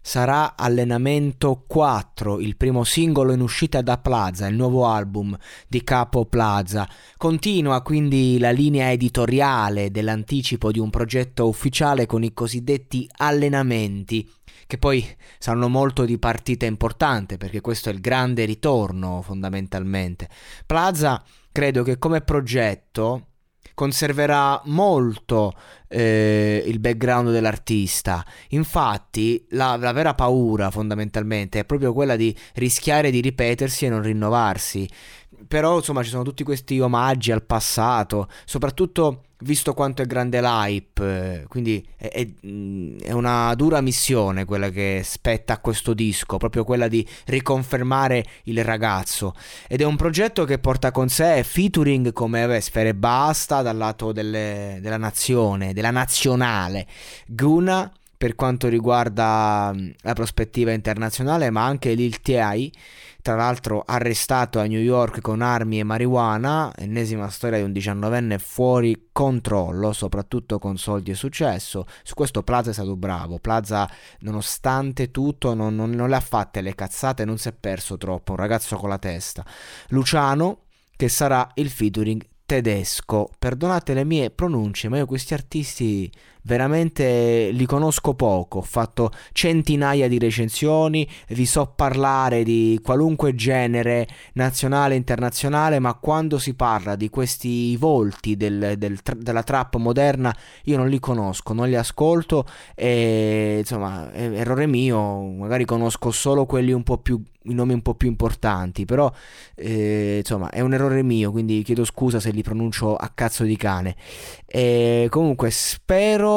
sarà Allenamento 4, il primo singolo in uscita da Plaza, il nuovo album di Capo Plaza. Continua quindi la linea editoriale dell'anticipo di un progetto ufficiale con i cosiddetti allenamenti, che poi saranno molto di partita importante, perché questo è il grande ritorno fondamentalmente. Plaza credo che come progetto conserverà molto il background dell'artista. Infatti la vera paura fondamentalmente è proprio quella di rischiare di ripetersi e non rinnovarsi. Però insomma ci sono tutti questi omaggi al passato, soprattutto visto quanto è grande l'hype, quindi è una dura missione quella che spetta a questo disco, proprio quella di riconfermare il ragazzo. Ed è un progetto che porta con sé featuring come Sfere Basta dal lato della nazione, della nazionale, Guna per quanto riguarda la prospettiva internazionale, ma anche Lil T.I., tra l'altro arrestato a New York con armi e marijuana, ennesima storia di un 19enne fuori controllo, soprattutto con soldi e successo. Su questo Plaza è stato bravo. Plaza, nonostante tutto, non le ha fatte le cazzate, non si è perso troppo, un ragazzo con la testa. Luciano, che sarà il featuring tedesco. Perdonate le mie pronunce, ma io questi artisti veramente li conosco poco. Ho fatto centinaia di recensioni, vi so parlare di qualunque genere, nazionale e internazionale, ma quando si parla di questi volti della trap moderna io non li conosco, non li ascolto e insomma, errore mio, magari conosco solo quelli un po' più, i nomi un po' più importanti, però insomma è un errore mio, quindi chiedo scusa se li pronuncio a cazzo di cane. Comunque spero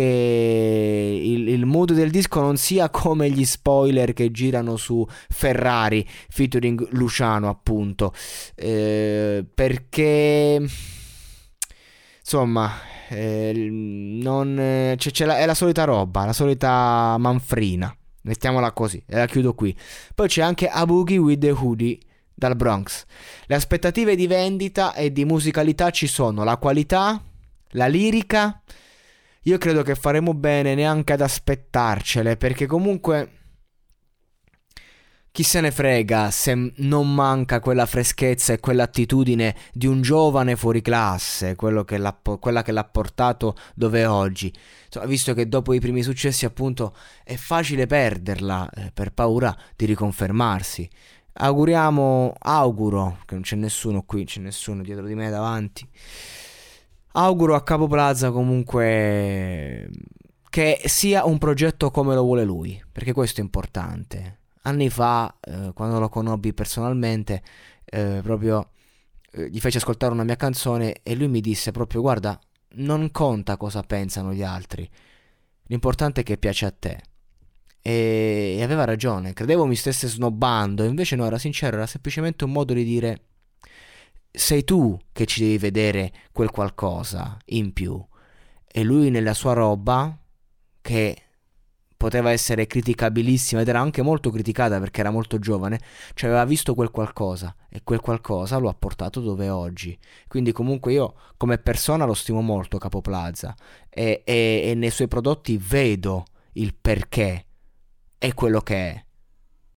che il mood del disco non sia come gli spoiler che girano su Ferrari featuring Luciano, appunto, perché insomma non è la solita roba, la solita manfrina, mettiamola così, e la chiudo qui. Poi c'è anche A Boogie with the Hoodie dal Bronx. Le aspettative di vendita e di musicalità ci sono, la qualità, la lirica. Io credo che faremo bene neanche ad aspettarcele, perché comunque chi se ne frega se non manca quella freschezza e quell'attitudine di un giovane fuori classe, quella che l'ha portato dove è oggi. Insomma, visto che dopo i primi successi appunto è facile perderla per paura di riconfermarsi. Auguro, che non c'è nessuno qui, c'è nessuno dietro di me davanti. Auguro a Capo Plaza comunque che sia un progetto come lo vuole lui, perché questo è importante. Anni fa, quando lo conobbi personalmente, proprio gli feci ascoltare una mia canzone e lui mi disse proprio: guarda, non conta cosa pensano gli altri, l'importante è che piace a te. E aveva ragione, credevo mi stesse snobbando, invece no, era sincero, era semplicemente un modo di dire: sei tu che ci devi vedere quel qualcosa in più. E lui nella sua roba, che poteva essere criticabilissima ed era anche molto criticata perché era molto giovane, cioè aveva visto quel qualcosa e quel qualcosa lo ha portato dove è oggi. Quindi comunque io come persona lo stimo molto Capo Plaza e nei suoi prodotti vedo il perché è quello che è.